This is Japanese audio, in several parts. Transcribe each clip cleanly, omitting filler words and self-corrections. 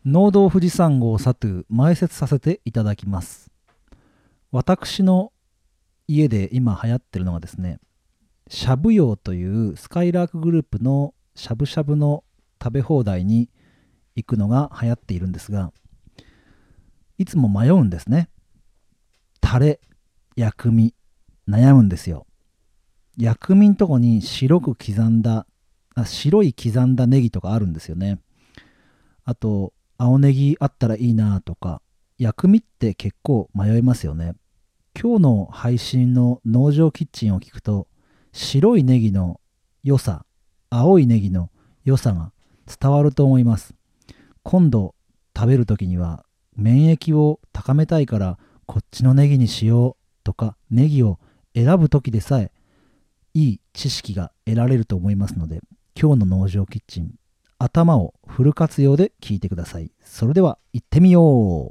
農道富士山号サトゥ前説させていただきます。私の家で今流行ってるのがですね、しゃぶ葉というスカイラークグループのしゃぶしゃぶの食べ放題に行くのが流行っているんですが、いつも迷うんですね。タレ、薬味、悩むんですよ。薬味のとこに白い刻んだネギとかあるんですよね。あと青ネギあったらいいなとか、薬味って結構迷いますよね。今日の配信の農場キッチンを聞くと、白いネギの良さ、青いネギの良さが伝わると思います。今度食べるときには免疫を高めたいからこっちのネギにしようとか、ネギを選ぶときでさえいい知識が得られると思いますので、今日の農場キッチン、頭をフル活用で聞いてください。それでは行ってみよう。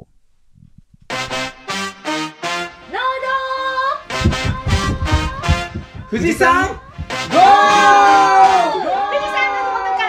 農道富士山ゴー。 富士山の麓から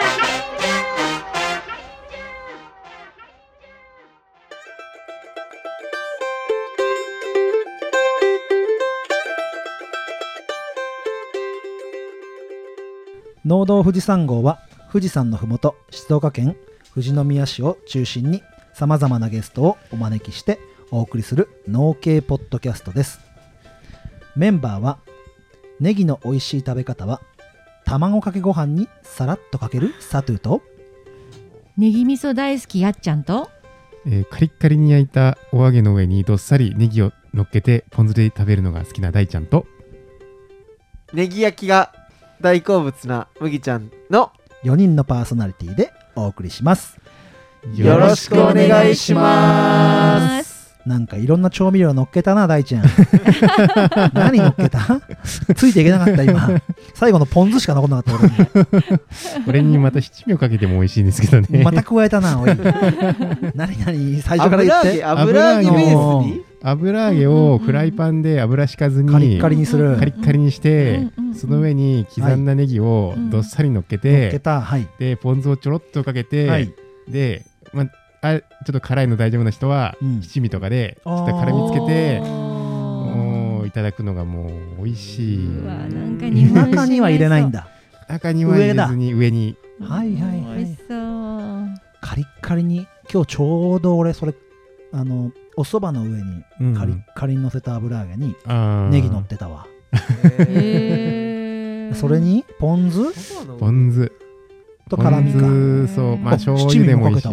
農道富士山号は富士山のふもと静岡県富士宮市を中心にさまざまなゲストをお招きしてお送りする農系ポッドキャストです。メンバーは、ネギの美味しい食べ方は卵かけご飯にさらっとかけるサトゥと、 ネギ味噌大好きやっちゃんと、 カリッカリに焼いたお揚げの上にどっさりネギを乗っけてポン酢で食べるのが好きな大ちゃんと、 ネギ焼きが大好物な麦ちゃんの 4人のパーソナリティでお送りします。 よろしくお願いします。 なんかいろんな調味料乗っけたな、大ちゃん。何乗っけた？ついていけなかった今。最後のポン酢しか残んなかった俺に。 これにまた七味をかけても美味しいんですけどね。 また加えたな、おい。何最初から言って。 油揚げベースに油揚げをフライパンで油敷かずにカリッカリにする。 カリッカリにして、その上に刻んだネギをどっさり乗っけて、 乗っけた、はい。 でポン酢をちょろっとかけて、 はい、で、 ちょっと辛いの大丈夫な人は、七味とかでちょっと辛みつけていただくのがもう美味しい。 なんか中には入れないんだ。 中には入れずに上に。 はいはいはい。 美味しそう。 カリッカリに、今日ちょうど俺それお蕎麦の上にカリッカリに乗せた油揚げにネギ乗ってたわ。それにポン酢と辛みか。 そう、まあ醤油でもいいし。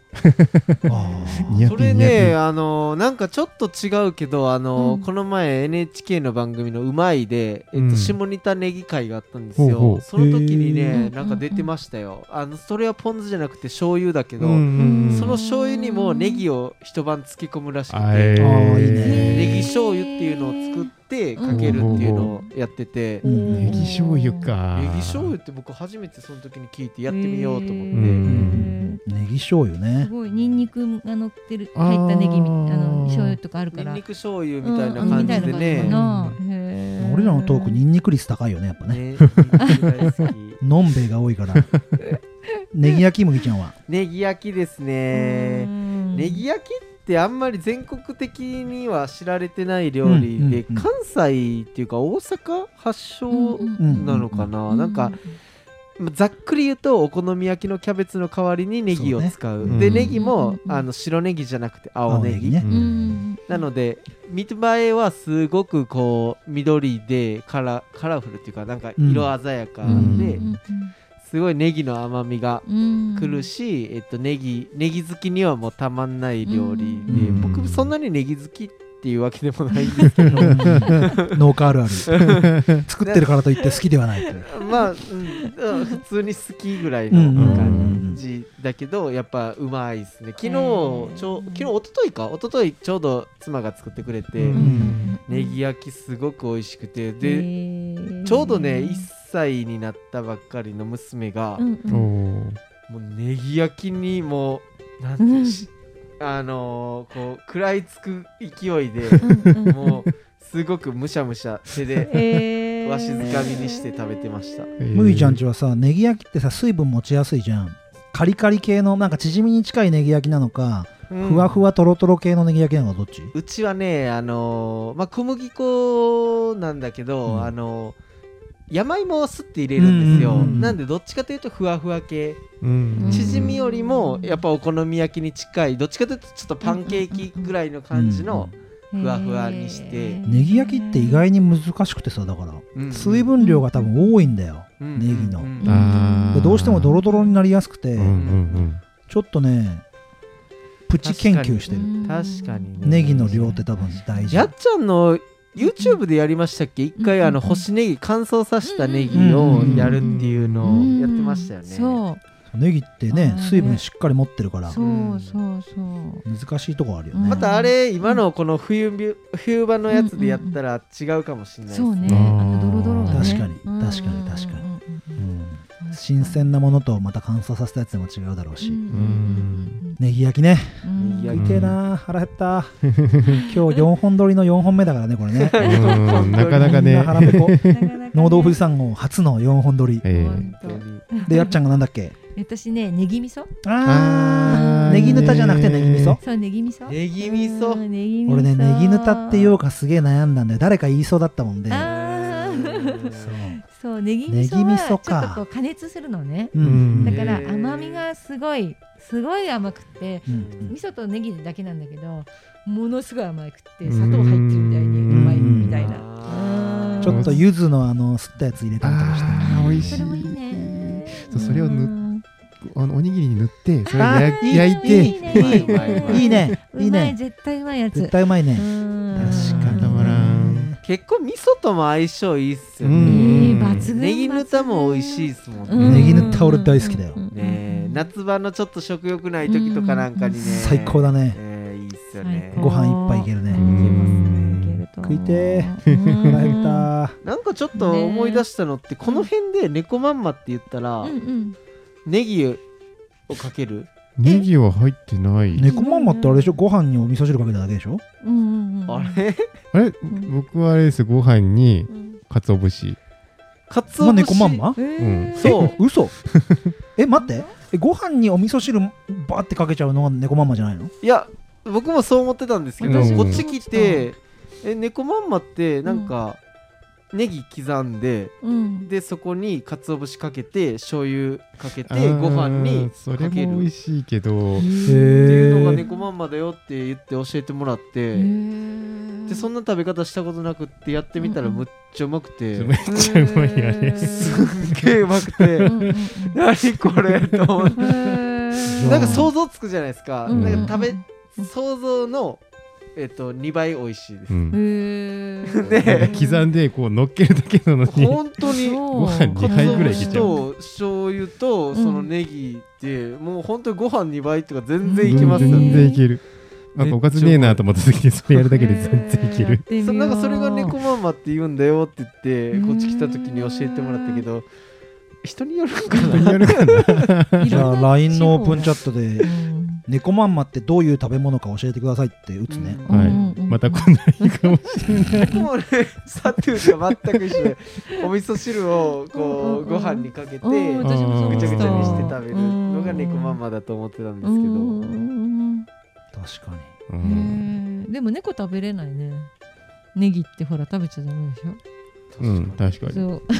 それね、なんかちょっと違うけど、この前 NHK の番組のうまいで、下仁田ネギ会があったんですよ。その時にね、なんか出てましたよ。それはポン酢じゃなくて醤油だけど、その醤油にもネギを一晩漬け込むらしくて、ネギ醤油っていうのを作ってかけるっていうのをやってて、 ネギ醤油か。 ネギ醤油って僕初めてその時に聞いてやってみようと思って。 ネギ醤油ね。 すごいニンニクが乗ってる入ったネギ醤油とかあるから。 ニンニク醤油みたいな感じでね。 俺らのトークニンニク率高いよねやっぱね。のんべいが多いから。ネギ焼き麦ちゃんは。 ネギ焼きですね。ネギ焼きってあんまり全国的には知られてない料理で、関西っていうか大阪発祥なのかな。なんかざっくり言うとお好み焼きのキャベツの代わりにネギを使う。でネギも白ネギじゃなくて青ネギね。なので見栄えはすごくこう緑でカラフルっていうか、なんか色鮮やかで、すごいネギの甘みがくるし、ネギ好きにはもうたまんない料理で、僕そんなにネギ好きっていうわけでもないんですけど農家あるある作ってるからといって好きではないまあ、普通に好きぐらいの感じだけど、やっぱうまいですね。昨日一昨日ちょうど妻が作ってくれて、ネギ焼きすごく美味しくて、でちょうどね1歳になったばっかりの娘が、もうネギ焼きにもうなんてこう食らいつく勢いでもうすごくむしゃむしゃ手でわしづかみにして食べてました。 麦ちゃんちはさ、ネギ焼きってさ水分持ちやすいじゃん。 カリカリ系のなんかチヂミに近いネギ焼きなのか、 うんふわふわとろとろ系のネギ焼きなのかどっち？ うちはね小麦粉なんだけど、山芋をすって入れるんですよ、なんでどっちかというとふわふわ系、チヂミよりもやっぱお好み焼きに近い、どっちかというとちょっとパンケーキぐらいの感じのふわふわにして、 ネギ焼きって意外に難しくてさ、だから水分量が多分多いんだよ、ネギの。でどうしてもドロドロになりやすくて、ちょっとねプチ研究してる。 確かにね、 ネギの量って多分大事。 やっちゃんの YouTube でやりましたっけ、一回干しネギ乾燥させたネギをやるっていうのをやってましたよね。 そうネギってね水分しっかり持ってるから難しいとこあるよね。 またあれ今のこの冬場のやつでやったら違うかもしれないですね。 そうね、ドロドロがね。 確かに新鮮なものとまた乾燥させたやつでも違うだろうし、ネギ焼きね、食いてえな、腹減った。今日4本撮りの4本目だからね、これね。 なかなかね、 腹ペコ。農道富士山号初の4本撮り。で、やっちゃんがなんだっけ？ 私ね、ネギ味噌。 ネギぬたじゃなくてネギ味噌？ そう、ネギ味噌。 ネギ味噌。 俺ね、ネギぬたって言おうかすげえ悩んだんだよ。誰か言いそうだったもんで。 そう、ネギ味噌はちょっとこう加熱するのね。だから甘みがすごい甘くて、味噌とネギだけなんだけど、ものすごい甘くて砂糖入ってるみたいにうまいみたいな。 ちょっと柚子の吸ったやつ入れたりとかして。 美味しい。 それもいいね。 それをおにぎりに塗ってそれを焼いて、 いいね。 絶対うまいやつ。 絶対うまいね。確かに。 結構味噌とも相性いいっすよね。 抜群。 ネギぬたも美味しいっすもんね。ネギぬた俺大好きだよ。 夏場のちょっと食欲ない時とかなんかにね。 最高だね。 いいっすよね。 ご飯いっぱいいけるね。食いてー。腹減った。 なんかちょっと思い出したのって、この辺で猫まんまって言ったらネギをかける。 ネギは入ってない。 猫まんまってあれでしょ、ご飯にお味噌汁かけただけでしょ。 あれ僕はあれです、ご飯に鰹節。 鰹節猫まんま？ そう。 嘘。待って。ご飯にお味噌汁バーってかけちゃうのが猫まんまじゃないの？ いや、僕もそう思ってたんですけど、こっち来て猫まんまってなんかネギ刻んで、でそこに鰹節かけて醤油かけてご飯にかける。 それも美味しいけどっていうのが猫まんまだよって言って教えてもらって、でそんな食べ方したことなくってやってみたらむっちゃうまくて、 めっちゃうまいあれ。 すっげえうまくて何これと思って、なんか想像つくじゃないですか。なんか想像の2倍美味しいです。 で刻んでこう乗っけるだけなのに本当にご飯2杯ぐらいいけちゃう。 と醤油とそのネギってもう本当にご飯2倍とか全然いけますよね。 全然いける。なんかおかずねえなと思った時にそれやるだけで全然いける。 なんかそれが猫ママって言うんだよって言ってこっち来た時に教えてもらったけど、人によるんかな。 じゃあ LINE のオープンチャットで猫まんまってどういう食べ物か教えてくださいって打つね。 はい。またこんないいかもしれない。 もうね、サトゥーと全く一緒で、お味噌汁をこうご飯にかけてぐちゃぐちゃにして食べるのが猫まんまだと思ってたんですけど。 確かに。 でも猫食べれないね。ネギってほら食べちゃダメでしょ。 確かに。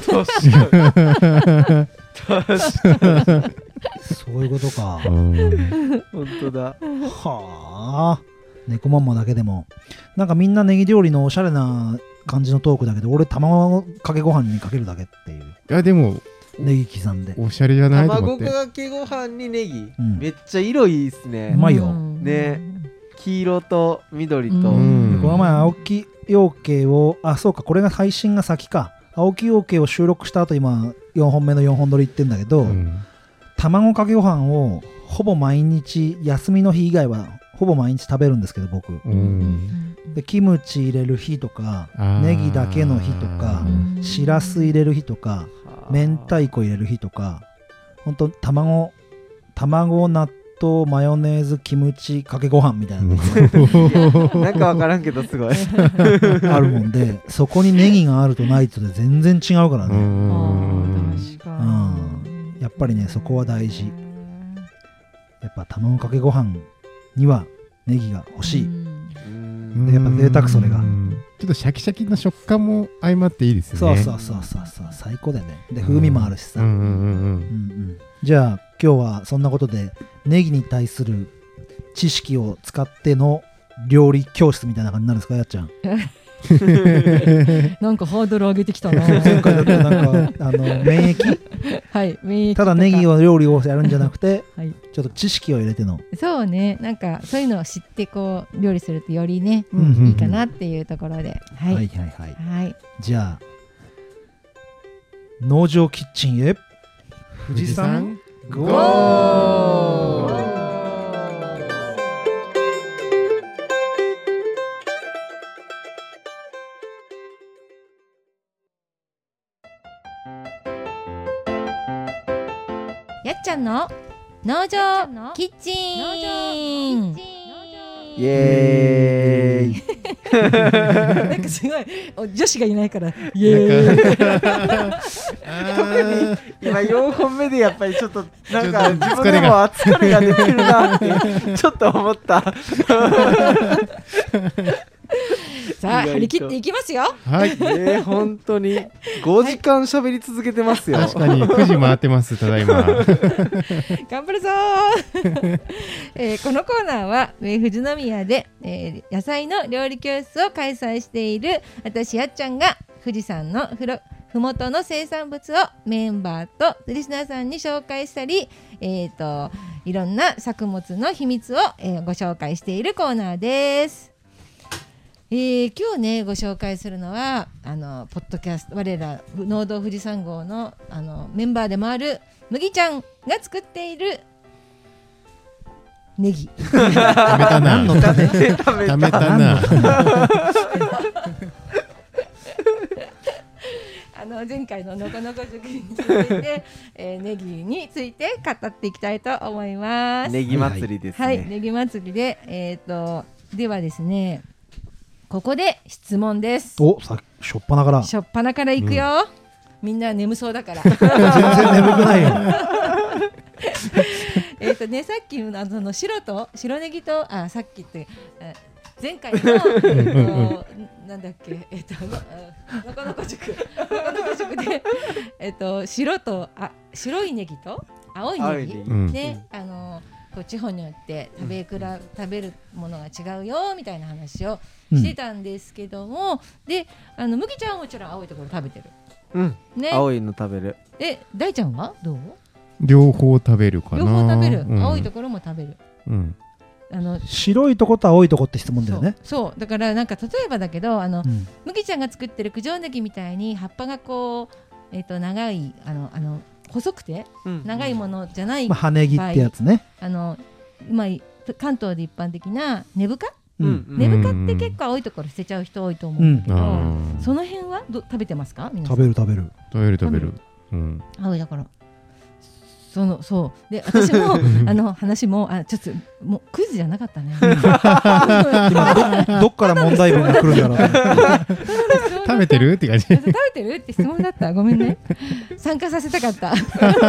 そういうことか。 本当だ。 はあ。猫まんまだけでもなんかみんなネギ料理のおしゃれな感じのトークだけど、俺卵かけご飯にかけるだけっていう。いやでもネギ刻んでおしゃれじゃないと思って。 卵かけご飯にネギ、めっちゃ色いいっすね。 うまいよね。黄色と緑と。 この前青木養鶏をそうか、これが配信が先か。青木養鶏を収録した後今4本目の4本撮り行ってんだけど、卵かけご飯をほぼ毎日、休みの日以外はほぼ毎日食べるんですけど僕、でキムチ入れる日とかネギだけの日とかしらす入れる日とか明太子入れる日とか、ほんと卵納豆マヨネーズキムチかけご飯みたいななんかわからんけどすごいあるもんで、そこにネギがあるとないとで全然違うからね。やっぱりねそこは大事。 やっぱ卵かけご飯にはネギが欲しい。でやっぱ贅沢それが。 ちょっとシャキシャキの食感も相まっていいですよね。 そう最高だよね。で風味もあるしさ。じゃあ今日はそんなことでネギに対する知識を使っての料理教室みたいな感じになるんですか、やっちゃん。 なんかハードル上げてきたな。 前回だってなんか免疫はい免疫ただネギを料理をやるんじゃなくて、 はい、 ちょっと知識を入れての。 そうね、なんかそういうのを知ってこう料理するとよりね、いいかなっていうところで、はいはいはい、 じゃあ農場キッチンへ富士山ゴー。 やっちゃんの農場キッチン。 イエーイ。 なんかすごい女子がいないからイエーイ。 今4本目でやっぱりちょっとなんか自分でも疲れが出てるなってちょっと思った。 さあ張り切っていきますよ。 はい。 本当に5時間喋り続けてますよ。 確かに9時回ってますただいま。 頑張るぞこのコーナーは富士宮で、野菜の料理教室を開催している私やっちゃんが富士山のふもとの生産物をメンバーとリスナーさんに紹介したり、いろんな作物の秘密を、ご紹介しているコーナーです。今日ねご紹介するのはポッドキャスト我ら農道富士山号の、メンバーでもある麦ちゃんが作っているネギ。 食べたな。食べたな。 前回ののこのこ塾に続いて、ネギについて語っていきたいと思います。 ネギ祭りですね。 はい、ネギ祭りで、ではですね、ここで質問です。 しょっぱなから。 しょっぱなからいくよ。みんな眠そうだから。 全然眠くないよ。 さっきの白ネギとさっきって前回のなんだっけのこのこ塾で白いネギと青いネギね地方によって食べるものが違うよみたいな話をしてたんですけども、で麦ちゃんはもちろん青いところ食べてる、 ね、青いの食べる。 大ちゃんはどう？ 両方食べるかな。 両方食べる、青いところも食べる、 白いとこと青いとこって質問だよね。 そうだからなんか例えばだけど麦ちゃんが作ってる九条ネギみたいに葉っぱがこう長い細くて長いものじゃない、 葉ネギってやつね。 関東で一般的な根深、根深って結構青いところ捨てちゃう人多いと思うんだけど、その辺は食べてますか？皆さん食べる。 青いところ。そうで私も話もちょっともうクイズじゃなかったね。 どっから問題文が来るんだろう。 食べてるって感じ。 食べてるって質問だった。ごめんね。参加させたかった。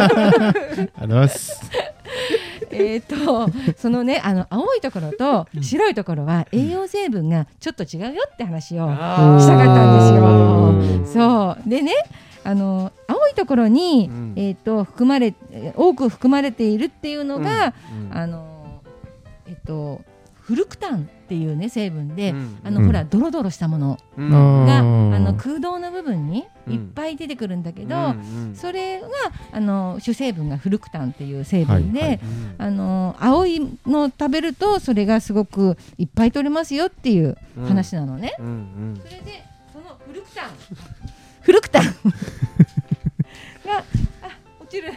そのね青いところと白いところは栄養成分がちょっと違うよって話をしたかったんですよ。そうでね青いところに、多く含まれているっていうのが、フルクタンっていうね成分で、ほらドロドロしたものが、空洞の部分にいっぱい出てくるんだけど、それが主成分がフルクタンっていう成分で、青いのを食べるとそれがすごくいっぱい取れますよっていう話なのね。それでそのフルクタンが落ちる。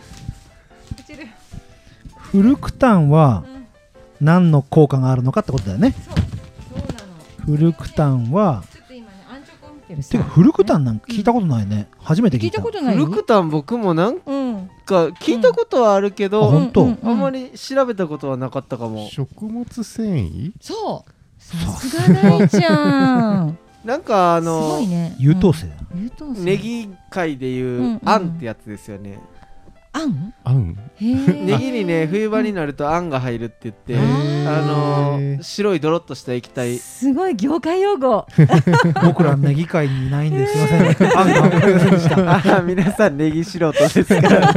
フルクタンは何の効果があるのかってことだよね。 そうなの。 フルクタンはちょっと今ねアンチョコを見てるさ。 てかフルクタンなんか聞いたことないね。初めて聞いた。 聞いたことない。 フルクタン僕もなんか聞いたことはあるけど、あんまり調べたことはなかったかも。 食物繊維？ そう。さすが大ちゃん。 なんかすごいね。 優等生。 ネギ界でいうあんってやつですよね。 あんネギにね冬場になるとあんが入るって言って白いドロッとした液体。 すごい業界用語。 僕らネギ界にいないんですいません。あんが分かりませんでした。 皆さんネギ素人ですから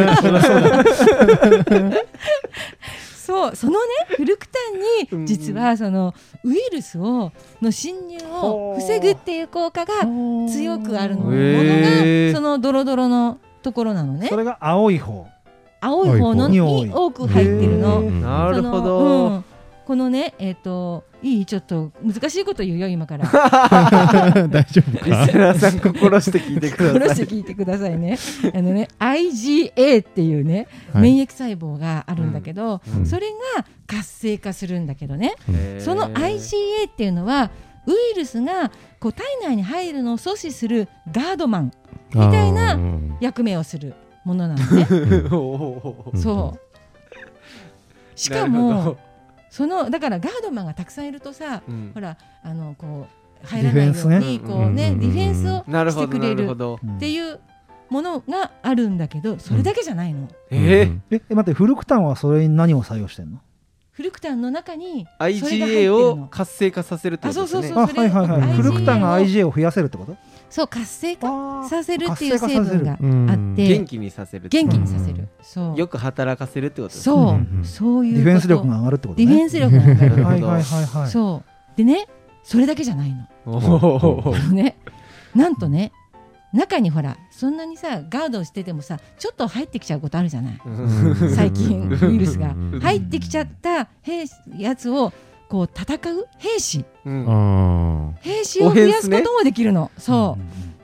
そうそのね古くタンに実はそのウイルスの侵入を防ぐっていう効果が強くあるものがそのドロドロのところなのね。 それが青い方に多く入ってるの。 なるほど。 このねいいちょっと難しいこと言うよ今から。 大丈夫か。 リスナーさん心して聞いてください。 心して聞いてくださいね。IgA っていうね免疫細胞があるんだけど、それが活性化するんだけどね。その IgA っていうのはウイルスがこう体内に入るのを阻止するガードマンみたいな役目をするものなのね。そう。しかもだからガードマンがたくさんいるとさ、ほらこう入らないようにこうねディフェンスをしてくれるっていうものがあるんだけど、それだけじゃないの。 待って、フルクタンはそれに何を作用してんの？ フルクタンの中に IgA を活性化させるってことですね。 フルクタンが IgA を増やせるってこと？ そう、活性化させるっていう成分があって元気にさせる。 そうよく働かせるってことですね。 そういうディフェンス力が上がるってことね。 ディフェンス力が上がる。 はい。 そうでね、それだけじゃないの。ね、なんとね、中にほらそんなにさガードしててもさちょっと入ってきちゃうことあるじゃない。最近ウイルスが入ってきちゃったやつをこう戦う兵士を増やすこともできるの。そう。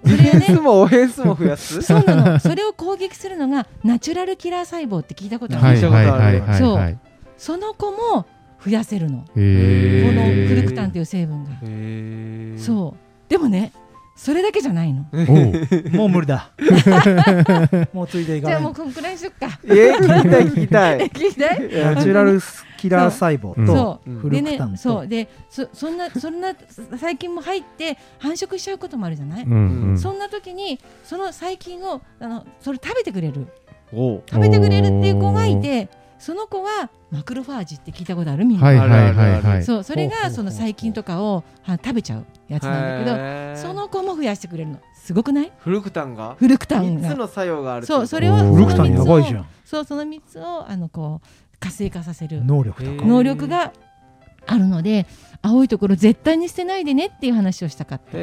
ディフェンスもオフェンスも増やす。 そうなの。それを攻撃するのがナチュラルキラー細胞って聞いたことある。そう。その子も増やせるの。このフルクタンという成分が。そう。でもね。それだけじゃないの。 もう無理だ。もうついでいかない。 じゃあもうこんくらいにしよっか。 聞きたい。 ナチュラルキラー細胞とフルクタンと。 そうでそんな細菌も入って繁殖しちゃうこともあるじゃない。そんな時にその細菌をそれ食べてくれるっていう子がいて、その子はマクロファージって聞いたことある？みんな。そう、それがその細菌とかを食べちゃうやつなんだけど、その子も増やしてくれるの。すごくない？ フルクタンが 3 つの作用がある。 そう、それをフルクタンやばいじゃん。 そう、その3つをこう活性化させる能力があるので、青いところ絶対に捨てないでねっていう話をしたかった。 フ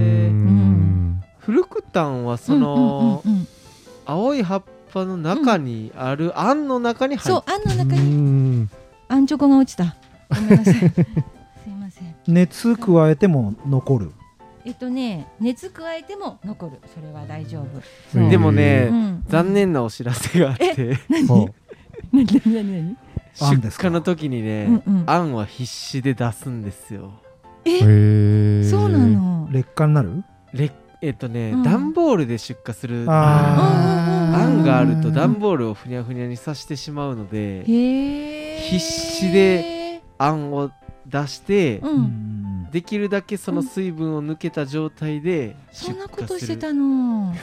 ルクタンはその青い葉っぱの中にあるあんの中に入って。 そう、あんの中にあんチョコが落ちた。ごめんなさい。すいません。 熱加えても残る。 熱加えても残る。それは大丈夫。 でもね、残念なお知らせがあって。 何？ 出荷の時にね、あんは必死で出すんですよ。 そうなの？ 劣化になる？ 段ボールで出荷するあんがあると段ボールをふにゃふにゃにさしてしまうので、必死であんを出して、できるだけその水分を抜けた状態で出荷する。 そんなことしてたの。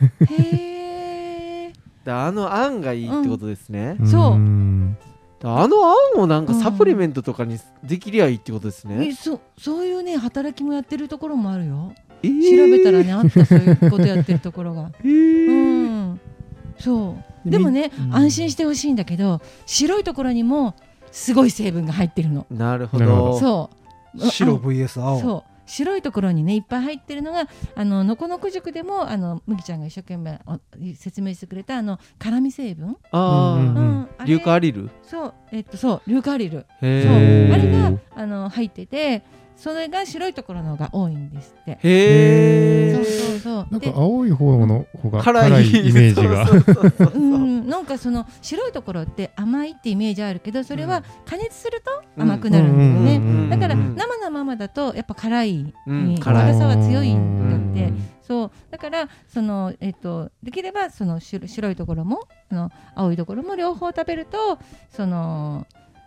あのあんがいいってことですね。 そう。 あのあんをなんかサプリメントとかにできりゃいいってことですね。 そういうね働きもやってるところもあるよ。調べたらねあった、そういうことやってるところが。そうでもね、安心してほしいんだけど、白いところにもすごい成分が入ってるの。 なるほど。 そう白 vs 青。 そう、白いところにねいっぱい入ってるのがのこのこ塾でも麦ちゃんが一生懸命説明してくれた辛味成分。 硫化アリル。 そう硫化アリル。そうあれが入ってて、それが白いところの方が多いんですって。そうなんか青い方の方が辛いイメージが。 なんかその白いところって甘いってイメージあるけど、それは加熱すると甘くなるんだよね。だから生のままだとやっぱ辛さは強いんだって。そうだからできればその白いところも青いところも両方食べるとその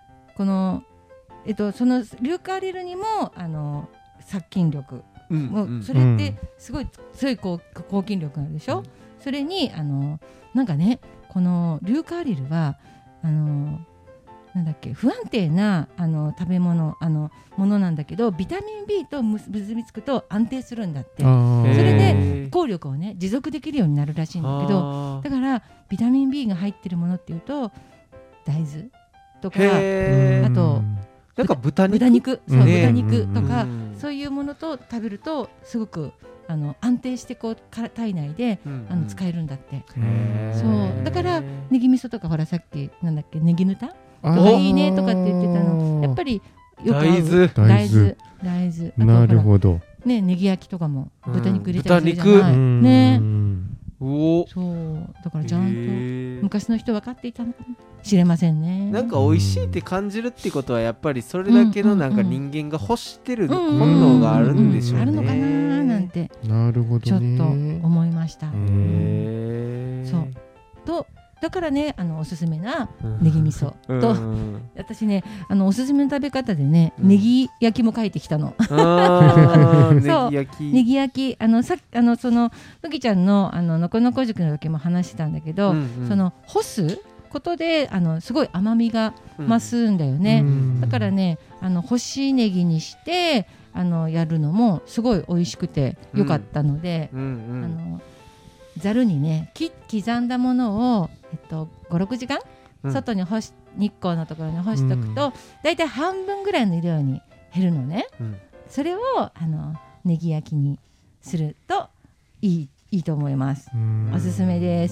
硫化アリルにも殺菌力、それってすごい強い抗菌力があるでしょ。それになんかねこの硫化アリルはなんだっけ、不安定な食べ物ものなんだけど、ビタミン B と結びつくと安定するんだって。それで効力をね持続できるようになるらしいんだけど、だからビタミン B が入ってるものっていうと大豆とか、あとなんか豚肉とか、そういうものと食べるとすごく安定してこう体内で使えるんだって。そうだからネギ味噌とか、ほらさっきなんだっけ、ネギぬたいいねとかって言ってたの、やっぱりよく合う。大豆なるほどね、ネギ焼きとかも豚肉入れたりするじゃないね。そうだからちゃんと昔の人分かっていたのかもしれませんね。 なんか美味しいって感じるってことはやっぱりそれだけのなんか人間が欲してる本能があるんでしょうね。 あるのかななんてちょっと思いました。そうとだからね、おすすめなネギ味噌と、私ねおすすめの食べ方でね、ネギ焼きも書いてきたの。そうネギ焼き、さっきその麦ちゃんののこのこ塾の時も話してたんだけど、その干すことですごい甘みが増すんだよね。だからね干しネギにしてやるのもすごい美味しくてよかったので、ざるにね刻んだものを5、6時間外に日光のところに干しとくと、だいたい半分ぐらいの量に減るのね。それをネギ焼きにするといいと思います。おすすめです。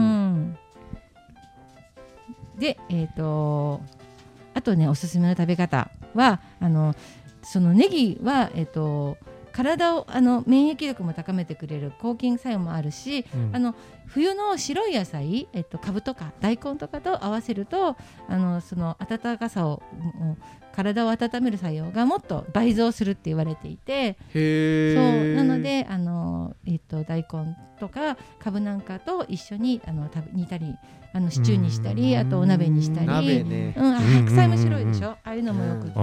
であとね、おすすめの食べ方はそのネギは体を免疫力も高めてくれる抗菌作用もあるし、冬の白い野菜、カブとか大根とかと合わせるとその温かさを体を温める作用がもっと倍増するって言われていて、そうなので大根とかカブなんかと一緒に煮たりシチューにしたり、あとお鍋にしたり、白菜も白いでしょ、ああいうのもよくって、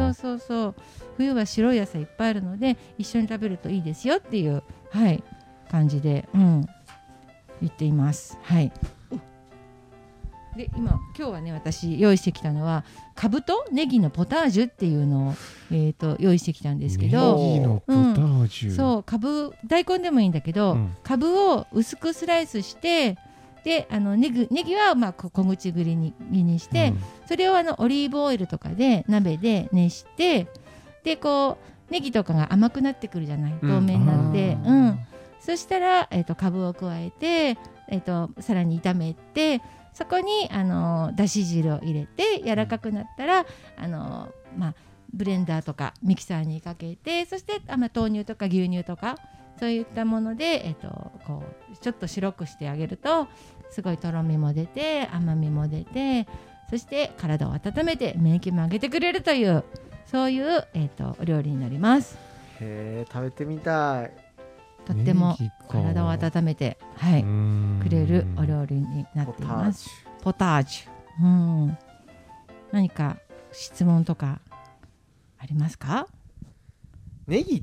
そう冬は白い野菜いっぱいあるので一緒に食べるといいですよっていう、感じで、言っています。で今日はね、私用意してきたのはカブとネギのポタージュっていうのを、用意してきたんですけど、 ネギのポタージュ、 そうカブ大根でもいいんだけど、カブを薄くスライスしてでネギは小口切りにして、それをオリーブオイルとかで鍋で熱して、でこうネギとかが甘くなってくるじゃない、透明になって、そしたら、カブを加えて、さらに炒めて、そこにだし汁を入れて柔らかくなったらブレンダーとかミキサーにかけて、そして豆乳とか牛乳とかそういったもので、こうちょっと白くしてあげるとすごいとろみも出て甘みも出て、そして体を温めて免疫も上げてくれるという、そういう、お料理になります。 食べてみたい。 とっても体を温めて、くれるお料理になっています。ポタージュ。何か質問とかありますか？ ネギって、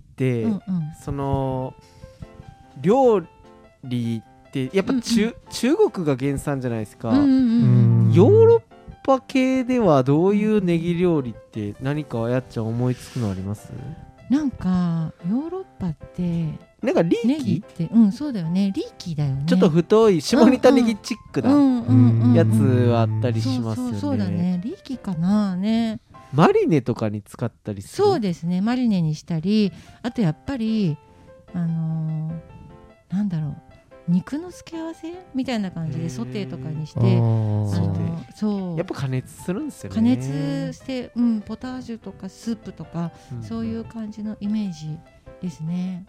その料理ってやっぱ中国が原産じゃないですか。ヨーロッパ系ではどういうネギ料理って何かやっちゃん思いつくのあります？ なんかヨーロッパってなんかリーキネギって、そうだよね、リーキだよね。 ちょっと太い下仁田ネギチックなやつはあったりしますよね。 そうだね、リーキかなね。 マリネとかに使ったりする。 そうですね、マリネにしたり、あとやっぱりなんだろう、肉の付け合わせみたいな感じでソテーとかにして、そうやっぱ加熱するんですよね。 加熱して、ポタージュとかスープとか、そういう感じのイメージですね。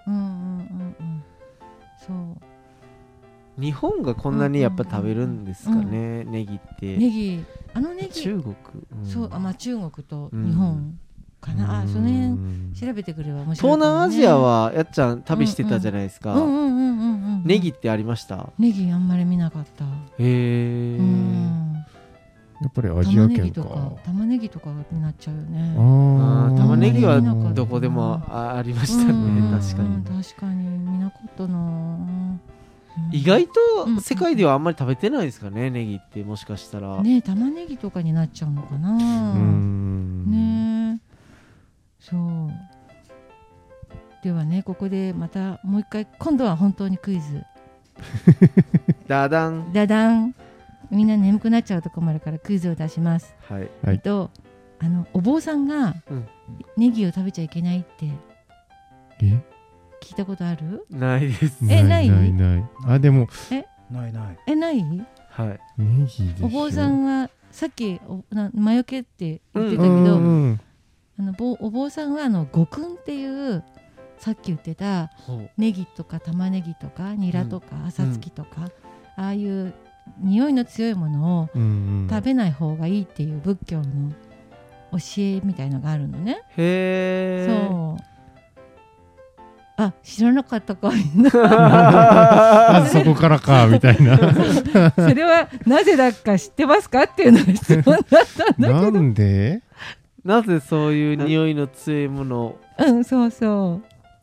そう日本がこんなにやっぱ食べるんですかね、ネギって。 ネギ中国、 そう中国と日本かな、その辺調べてくれば面白い、 東南アジアはやっちゃん旅してたじゃないですか。ネギってありました？ ネギあんまり見なかった。 へえ。 やっぱりアジア圏か。 玉ねぎとかになっちゃうよね。 玉ねぎはどこでもありましたね。確かに見なかったな。 意外と世界ではあんまり食べてないですかね、ネギってもしかしたらね。玉ねぎとかになっちゃうのかな。ね。そうではね、ここでまたもう一回、今度は本当にクイズダダンダダン。みんな眠くなっちゃうと困るからクイズを出します。 はい。 お坊さんがネギを食べちゃいけないって聞いたことある？ ないです。 ない。 あ、でもない。 ない？ はい。 ネギでしょ。 お坊さんはさっき魔除けって言ってたけど、お坊さんは五訓っていうさっき言ってたネギとか玉ねぎとかニラとか朝月とか、ああいう匂いの強いものを食べない方がいいっていう仏教の教えみたいのがあるのね。 へー。そう。 あ、知らなかったかみんなあ、そこからかみたいなそれはなぜだか知ってますかっていうのが質問だったんだけど。 なんで？ なぜそういう匂いの強いものを。 そうそう。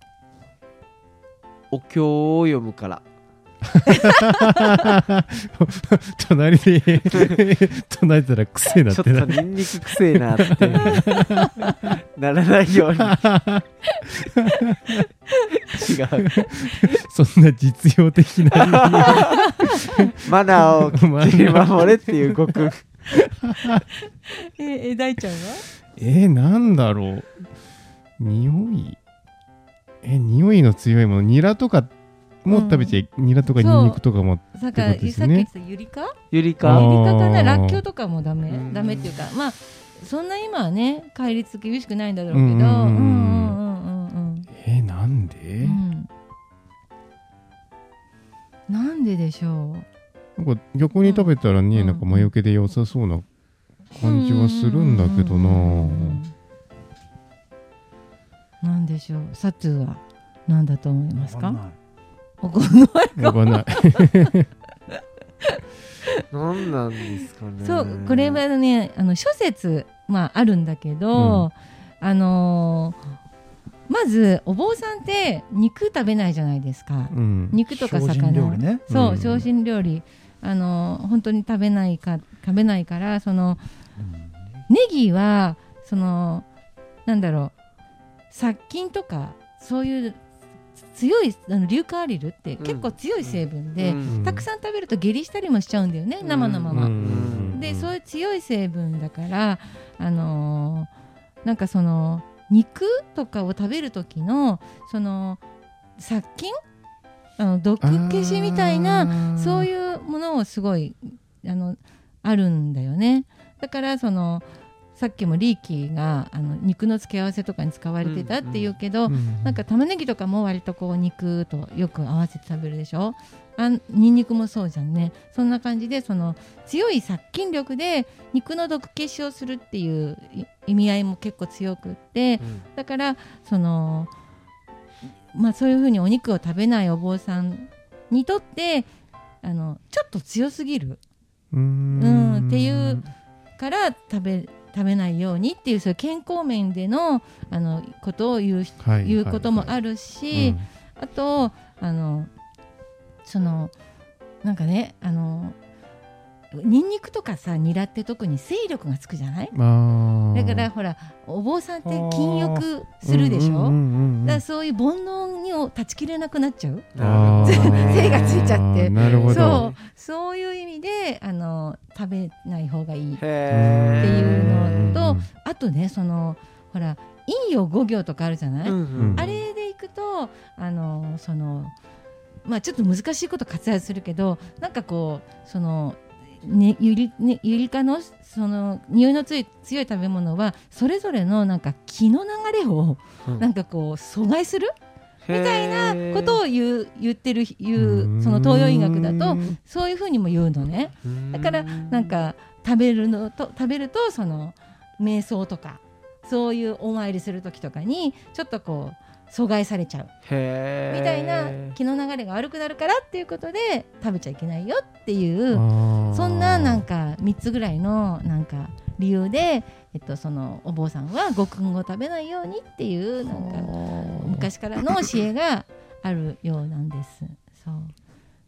お経を読むから隣で唱えたらくせえなってちょっとニンニクくせえなってならないように違うそんな実用的なマナーをきっちり守れっていうごく大ちゃんはなんだろう、匂いの強いもの、ニラとかも食べちゃい、ニラとかニンニクとかもってことですね。 さっき言ったユリ科かな。らっきょうとかもダメっていうか、まあそんな今はね戒律厳しくないんだろうけど、 なんで？ なんででしょう。なんか逆に食べたらね、なんか魔除けで良さそうな感じはするんだけどな。 なんでしょう。サトゥは何だと思いますか？ わかんない。 何なんですかね。 そう、これはね、諸説あるんだけど、まずお坊さんって肉食べないじゃないですか。肉とか魚、そう、精進料理、本当に食べないからそのネギはなんだろう、殺菌とかそういう強い硫化アリルって結構強い成分で、たくさん食べると下痢したりもしちゃうんだよね、生のまま。でそういう強い成分だからなんかその肉とかを食べる時のその殺菌毒消しみたいなそういうものをすごいあるんだよね。だからさっきもリーキーが肉の付け合わせとかに使われてたっていうけど、なんか玉ねぎとかも割とこう肉とよく合わせて食べるでしょ。ニンニクもそうじゃんね。そんな感じで強い殺菌力で肉の毒消しをするっていう意味合いも結構強くって、だからそういうふうにお肉を食べないお坊さんにとってちょっと強すぎるっていうから食べないようにっていう、そういう健康面でのことを言うこともあるし、あとなんかねニンニクとかさニラって特に精力がつくじゃない。だからほらお坊さんって禁欲するでしょ。だからそういう煩悩を断ち切れなくなっちゃう精がついちゃって。 なるほど。 そういう意味で食べない方がいいっていうのと、あとねほら陰陽五行とかあるじゃない、あれでいくとちょっと難しいこと割愛するけど、なんかこうユリ科の匂いの強い食べ物はそれぞれのなんか気の流れをなんかこう阻害するみたいなことを言ってるその東洋医学だとそういうふうにも言うのね。だからなんか食べると瞑想とかそういうお参りする時とかにちょっとこう阻害されちゃうみたいな気の流れが悪くなるからっていうことで食べちゃいけないよっていうそんななんか3つぐらいのなんか理由で、お坊さんは五訓を食べないようにっていうなんか昔からの教えがあるようなんです。そう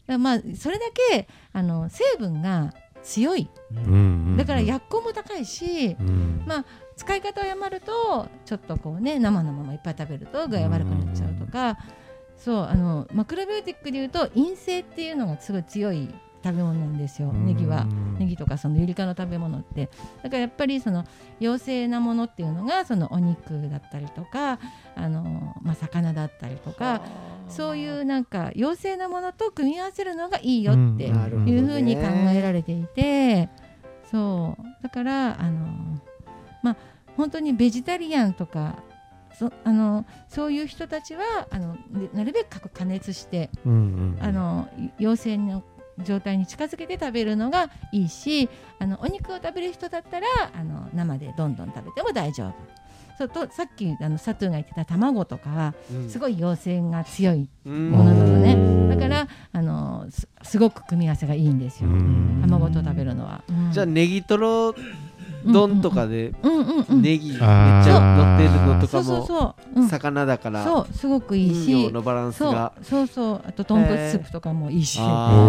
まあそれだけ成分が強い、だから薬効も高いし、まあ使い方を誤るとちょっとこうね生のままいっぱい食べると具合悪くなっちゃうとか、そうマクロビオティックでいうと陰性っていうのがすごい強い食べ物なんですよ。ネギとかそのユリ科の食べ物って。だからやっぱりその陽性なものっていうのがそのお肉だったりとかまあ、魚だったりとかそういうなんか陽性なものと組み合わせるのがいいよっていうふうに考えられていて、そうだからまあ本当にベジタリアンとかそういう人たちはなるべく加熱して、陽性の状態に近づけて食べるのがいいし、お肉を食べる人だったら生でどんどん食べても大丈夫。そうとさっき佐藤が言ってた卵とかはすごい陽性が強いものなのね、だからすごく組み合わせがいいんですよ、卵と食べるのは。 じゃあネギトロ丼とかでネギめっちゃ乗ってるのとかも魚だからそうすごくいいし、 陰陽のバランスがそうあと豚骨スープとかもいいし、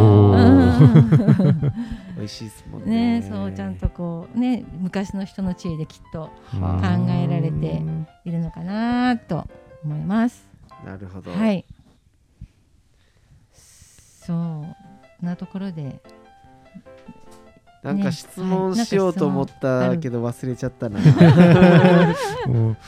美味しいですもんね。 そうちゃんとこうね昔の人の知恵できっと考えられているのかなと思います。 なるほど。 はい。そうなところで。 なんか質問しようと思ったけど忘れちゃったな。 もう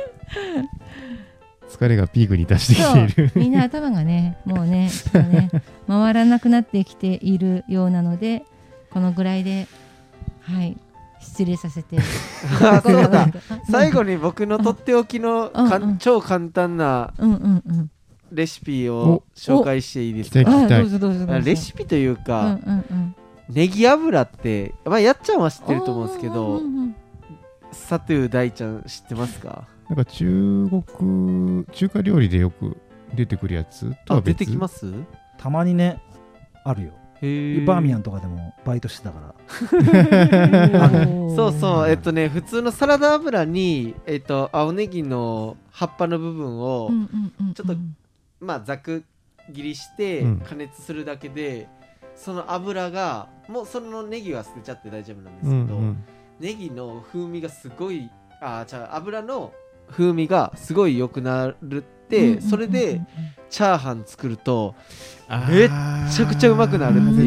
疲れがピークに達してきている。 みんな頭がねもうね回らなくなってきているようなのでこのぐらいではい失礼させて。 そうだ。最後に僕のとっておきの超簡単なレシピを紹介していいですか。レシピというか。ネギ油って、まあ、やっちゃんは知ってると思うんですけど、サトゥー大ちゃん知ってますか？ なんか中華料理でよく出てくるやつとは別。 出てきます？ たまにねあるよ。バーミヤンとかでもバイトしてたからそうそう普通のサラダ油に青ネギの葉っぱの部分をちょっとまあざく切りして加熱するだけで、その油がもうそのネギは捨てちゃって大丈夫なんですけど、ネギの風味がすごい油の風味がすごい良くなるって、それでチャーハン作るとめっちゃくちゃうまくなるって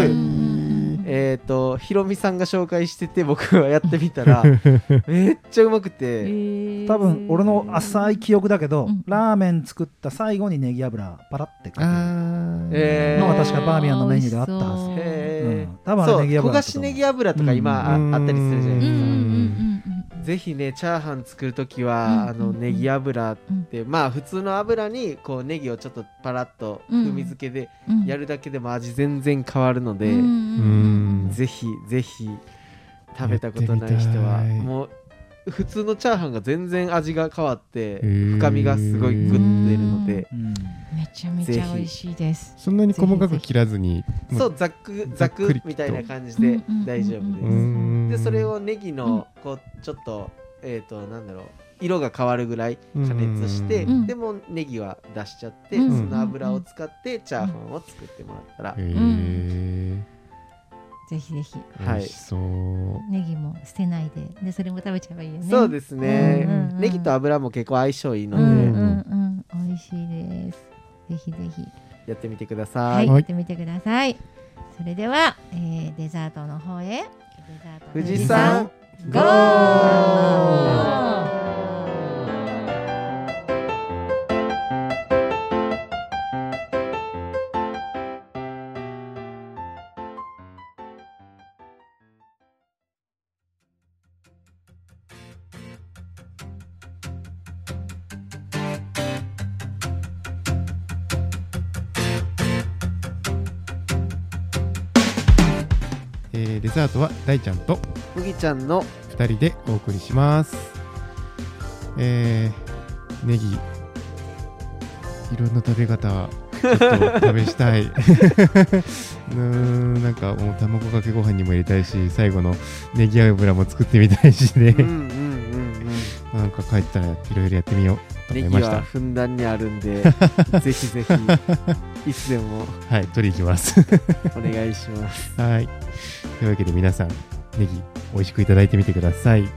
いうひろみさんが紹介してて僕はやってみたらめっちゃうまくて、 多分俺の浅い記憶だけど、ラーメン作った最後にネギ油パラってかけるのが確かバーミヤンのメニューであったはず。多分ネギ油焦がしネギ油とか今あったりするじゃないですか。ぜひねチャーハン作るときはネギ油ってまあ普通の油にこうネギをちょっとパラッと風味付けでやるだけでも味全然変わるので、ぜひぜひ食べたことない人はもう普通のチャーハンが全然味が変わって深みがすごいグッと出るので、 めちゃめちゃ美味しいです。 そんなに細かく切らずにそうざくみたいな感じで大丈夫です。でそれをネギのこうちょっとなんだろう色が変わるぐらい加熱して、でもネギは出しちゃって、その油を使ってチャーハンを作ってもらったら、 ぜひぜひ、 はい、 ネギも捨てないでそれも食べちゃえばいいよね。 そうですね、ネギと油も結構相性いいので、 美味しいです。ぜひぜひやってみてください。 やってみてください。それでは、デザートの方へ。 富士山ゴー。 デザートは大ちゃんと麦ちゃんの 2人でお送りします。ネギいろんな食べ方ちょっと試したいなんかもう卵かけご飯にも入れたいし、最後のネギ油も作ってみたいしねなんか帰ったらいろいろやってみようと思いました。 ネギはふんだんにあるんでぜひぜひいつでもはい取りに行きますお願いしますはいというわけで皆さんネギ美味しくいただいてみてください。 はい。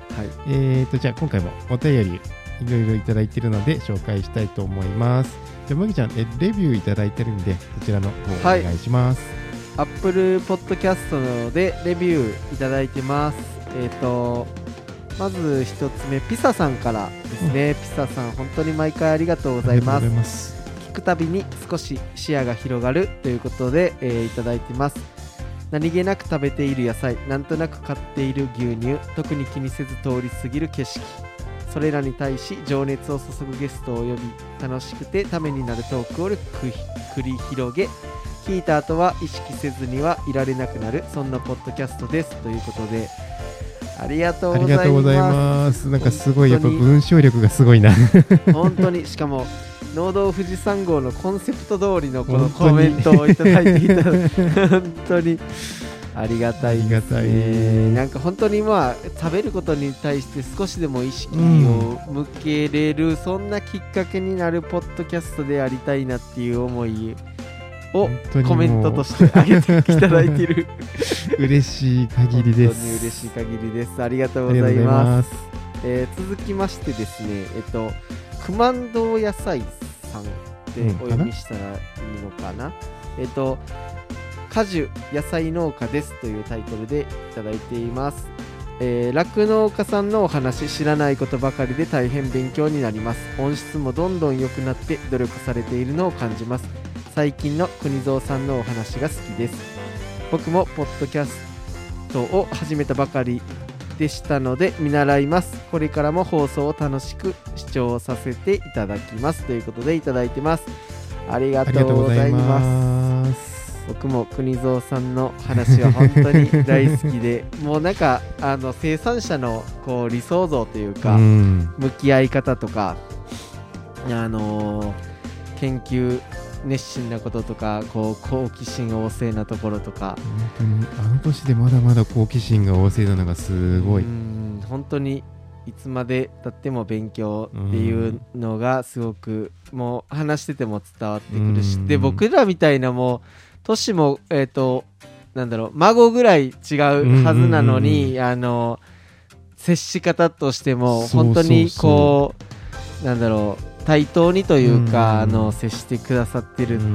じゃあ今回もお便りいろいろいただいているので紹介したいと思います。じゃあ麦ちゃんレビューいただいてるんでこちらの方お願いします。 Apple Podcast でレビューいただいてます。まず一つ目ピサさんからですね、ピサさん本当に毎回ありがとうございます。聞くたびに少し視野が広がるということで、いただいてます。何気なく食べている野菜、なんとなく買っている牛乳、特に気にせず通り過ぎる景色、それらに対し情熱を注ぐゲストを呼び、楽しくてためになるトークを繰り広げ、聞いた後は意識せずにはいられなくなる、そんなポッドキャストですということで、ありがとうございます。 なんかすごいやっぱ文章力がすごいな本当にしかも農道富士山号のコンセプト通りのこのコメントをいただいていた本当にありがたいですね。なんか本当にまあ食べることに対して少しでも意識を向けれる、そんなきっかけになるポッドキャストでありたいなっていう思いをコメントとしてあげていただいている嬉しい限りです。 本当に嬉しい限りです。ありがとうございます。続きましてですね、クマンド野菜さんでお読みしたらいいのかな、果樹野菜農家ですというタイトルでいただいています。酪農家さんのお話、知らないことばかりで大変勉強になります。音質もどんどん良くなって努力されているのを感じます。最近の国蔵さんのお話が好きです。僕もポッドキャストを始めたばかりでしたので見習います。これからも放送を楽しく視聴させていただきますということでいただいてます。ありがとうございます。僕も国蔵さんの話は本当に大好きでもうなんか生産者のこう理想像というか、向き合い方とか研究熱心なこととか、こう好奇心旺盛なところとか、 本当に年でまだまだ好奇心が旺盛なのがすごい。 本当にいつまでたっても勉強っていうのがすごくもう話してても伝わってくるし、で僕らみたいなもう年もなんだろう孫ぐらい違うはずなのに、接し方としても本当にこうなんだろう対等にというか、接してくださってる、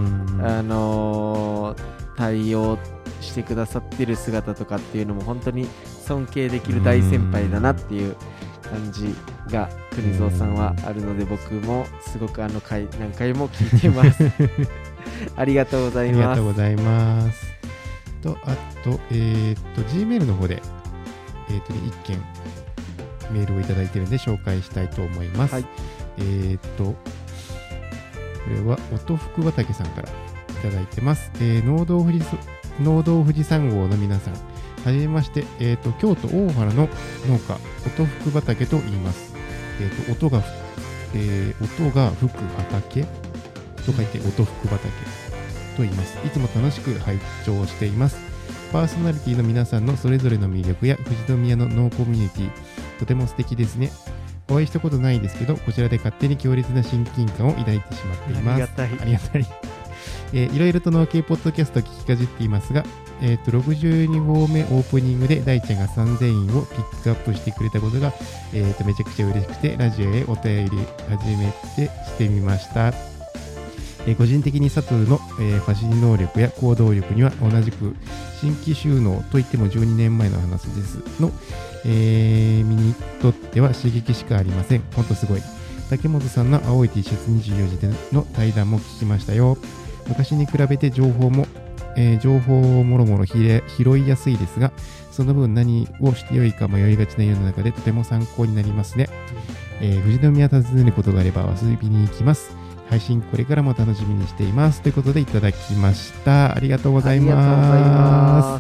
対応してくださってる姿とかっていうのも本当に尊敬できる大先輩だなっていう感じが国蔵さんはあるので、僕もすごく回何回も聞いてますありがとうございます。 ありがとうございます。あとGmail の方で1件メールをいただいているので紹介したいと思います。はい、これは音福畑さんからいただいてます。農道富士山号の皆さん、はじめまして。京都大原の農家音福畑と言います。音が吹く畑と書いて音福畑と言います。いつも楽しく拝聴しています。パーソナリティの皆さんのそれぞれの魅力や富士宮の農コミュニティ、とても素敵ですね。お会いしたことないですけど、こちらで勝手に強烈な親近感を抱いてしまっています。ありがたい。いろいろと農系ポッドキャストを聞きかじっていますが、62号目オープニングで大ちゃんが3000円をピックアップしてくれたことが、めちゃくちゃ嬉しくて、ラジオへお便り初めてしてみました。個人的に佐藤の、走り能力や行動力には同じく新規収納といっても12年前の話ですの、身にとっては刺激しかありません。ほんとすごい。竹本さんの青い T シャツ24時での対談も聞きましたよ。昔に比べて情報をもろもろ拾いやすいですが、その分何をしてよいか迷いがちな世の中でとても参考になりますね。富士宮訪ねることがあれば遊びに行きます。配信これからも楽しみにしていますということでいただきました。ありがとうございます。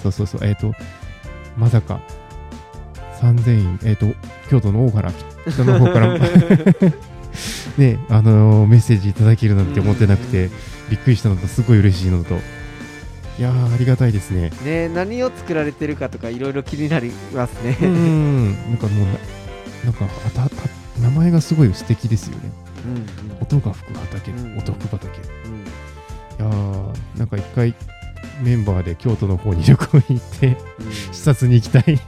そうまさか3000円京都の大原北の方からねメッセージいただけるなんて思ってなくてびっくりしたのとすごい嬉しいのと、いやーありがたいですね。 何を作られてるかとかいろいろ気になりますね。 なんかもう名前がすごい素敵ですよね。音が吹く畑、音吹く畑。 やーなんか一回メンバーで京都の方に旅行に行って視察に行きたいぜ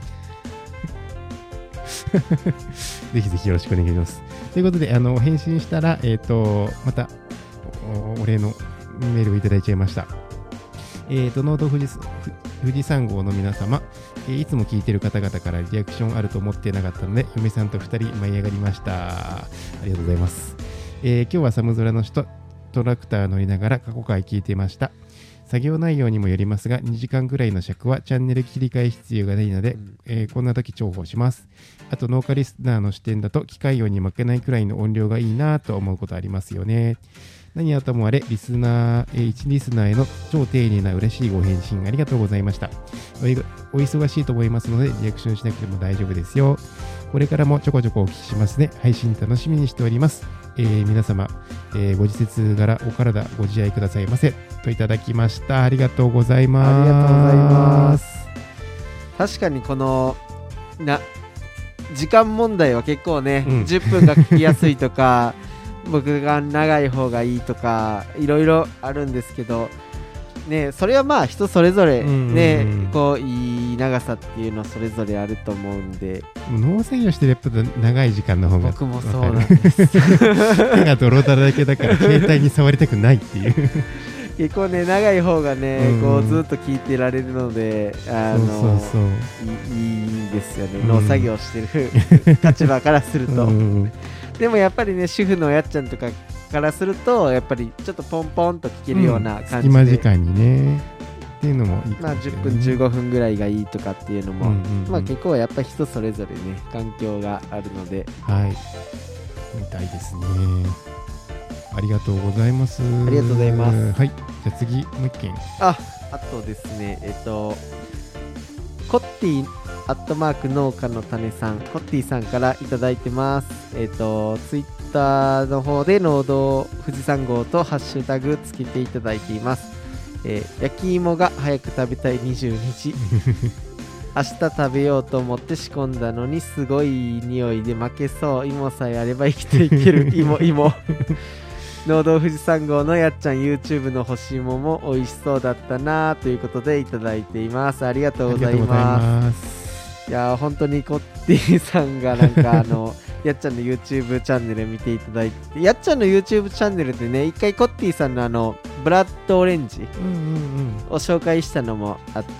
ひぜひよろしくお願いします。ということで返信したらまたお礼のメールをいただいちゃいました。ノート富士山号の皆様、いつも聞いてる方々からリアクションあると思ってなかったので嫁さんと2人舞い上がりました。ありがとうございます。今日は寒空の下トラクター乗りながら過去回聞いていました。作業内容にもよりますが2時間くらいの尺はチャンネル切り替え必要がないので、こんな時重宝します。あと農家リスナーの視点だと機械音に負けないくらいの音量がいいなと思うことありますよね。何はともあれ1リスナーへの超丁寧な嬉しいご返信ありがとうございました。お忙しいと思いますのでリアクションしなくても大丈夫ですよ。これからもちょこちょこお聞きしますね。配信楽しみにしております。皆様、ご時節柄お体ご自愛くださいませといただきました。ありがとうございます。 ありがとうございます。確かにこの時間問題は結構ね、10分が聞きやすいとか僕が長い方がいいとかいろいろあるんですけどね、それはまあ人それぞれね、こういい長さっていうのはそれぞれあると思うんで、 農作業してるやっぱ長い時間の方が僕もそうなんです手が泥だらけだから携帯に触りたくないっていう結構ね長い方がね、こうずっと聞いてられるのでそういいですよね、農作業してる立場からするとでもやっぱりね主婦のやっちゃんとかからするとやっぱりちょっとポンポンと聞けるような感じで、 隙間時間にねっていうのもいいかもしれない、 10分15分ぐらいがいいとかっていうのも、まあ結構やっぱり人それぞれね環境があるので、 はいみたいですね。ありがとうございます。 ありがとうございます。 はい、じゃあ次もう一件。 あとですねコッティアットマーク農家の種さん、コッティさんからいただいてます。ツイッターの方で農道富士山号とハッシュタグつけていただいています。焼き芋が早く食べたい20日明日食べようと思って仕込んだのにすごい匂いで負けそう。芋さえあれば生きていける芋農道富士山号のやっちゃん YouTube の干し芋も美味しそうだったなということでいただいています。ありがとうございます。いや本当にコッティさんがなんかやっちゃんの YouTube チャンネル見ていただいて、やっちゃんの YouTube チャンネルでね一回コッティさんのブラッドオレンジを紹介したのもあって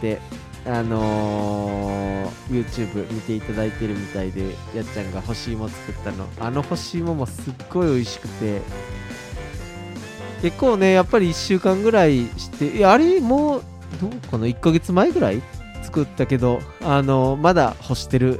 、YouTube 見ていただいてるみたいで、やっちゃんが干し芋作ったの干し芋もすっごい美味しくて、結構ねやっぱり1週間ぐらいして、あれもうどうかな1ヶ月前ぐらい作ったけどまだ干してる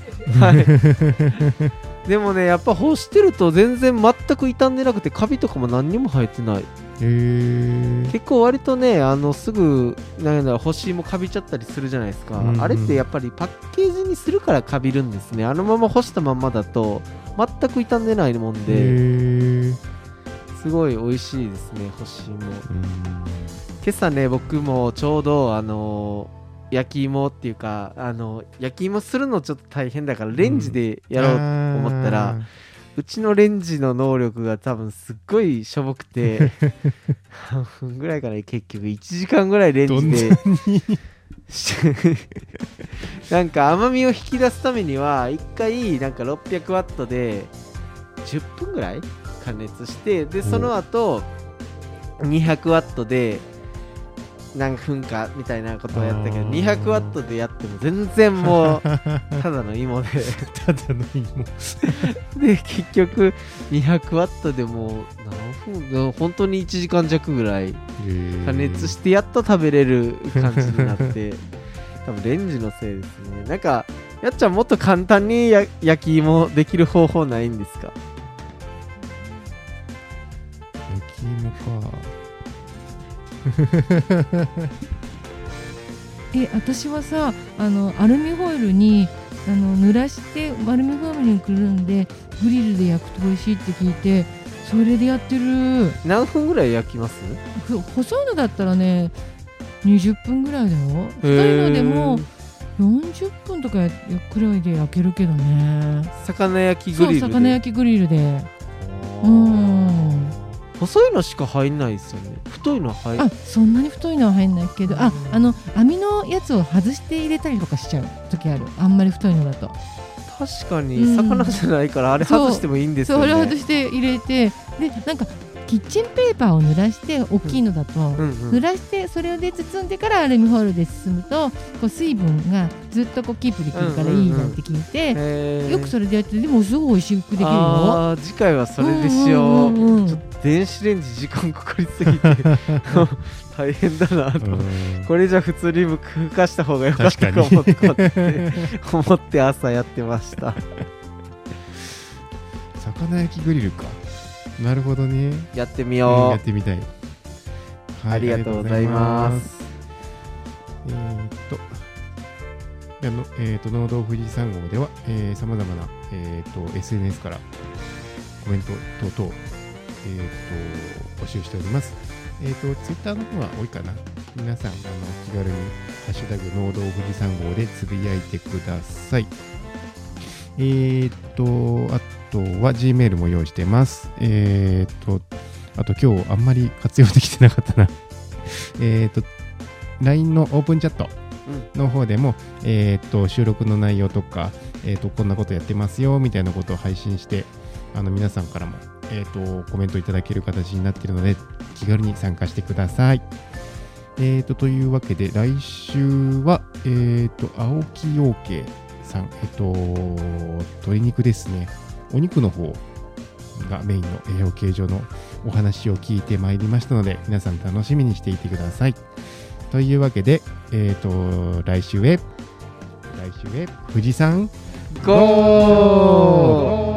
はいでもねやっぱ干してると全然全く傷んでなくてカビとかも何にも生えてない。結構割とねすぐ干し芋カビちゃったりするじゃないですか、あれってやっぱりパッケージにするからカビるんですね。あのまま干したままだと全く傷んでないもんですごい美味しいですね干し芋。今朝ね僕もちょうど焼き芋っていうか焼き芋するのちょっと大変だからレンジでやろうと思ったら、うちのレンジの能力が多分すっごいしょぼくて半分ぐらいかな、結局1時間ぐらいレンジでなんか甘みを引き出すためには1回なんか600ワットで10分ぐらい加熱して、でその後200ワットで何分かみたいなことをやったけど、200ワットでやっても全然もうただの芋でただの芋で結局200ワットでもう何分本当に1時間弱ぐらい加熱してやっと食べれる感じになって多分レンジのせいですね。なんかやっちゃんもっと簡単に焼き芋できる方法ないんですか？ 焼き芋か私はさアルミホイルに濡らしてアルミホイルにくるんでグリルで焼くと美味しいって聞いてそれでやってる。 何分ぐらい焼きます？ 細いのだったらね20分ぐらいだよ。太いのでも40分とかくらいで焼けるけどね。 魚焼きグリルで。 そう魚焼きグリルで。 細いのしか入んないですよね。 太いの入あ、そんなに太いのは入んないけど、網のやつを外して入れたりとかしちゃう時ある。あんまり太いのだと。 確かに魚じゃないから、あれ外してもいいんですよね。 そう、あれ外して入れて、でなんかキッチンペーパーを濡らして、大きいのだと、濡らしてそれで包んでからアルミホイルで包むと、こう水分がずっとこうキープできるからいいなって聞いて、よくそれでやって、でもすごい美味しくできるよ。 次回はそれでしよう。ちょっと電子レンジ時間かかりすぎて大変だなと。これじゃ普通にふかした方がよかったかもって思って朝やってました。 魚焼きグリルか。なるほどね。 やってみよう。 やってみたい。 はい、ありがとうございます。 農道富士山号では、さまざまな、SNS からコメント等々、募集しております。ツイッターの方が多いかな。皆さん気軽にハッシュタグ農道富士山号でつぶやいてください。あとは Gmail も用意してます。あと今日あんまり活用できてなかったな。LINE のオープンチャットの方でも、収録の内容とか、こんなことやってますよみたいなことを配信して、皆さんからも、コメントいただける形になっているので、気軽に参加してください。というわけで、来週は、青木養鶏さん、鶏肉ですね。お肉の方がメインの養鶏場のお話を聞いてまいりましたので、皆さん楽しみにしていてください。というわけで、来週へ富士山ゴー！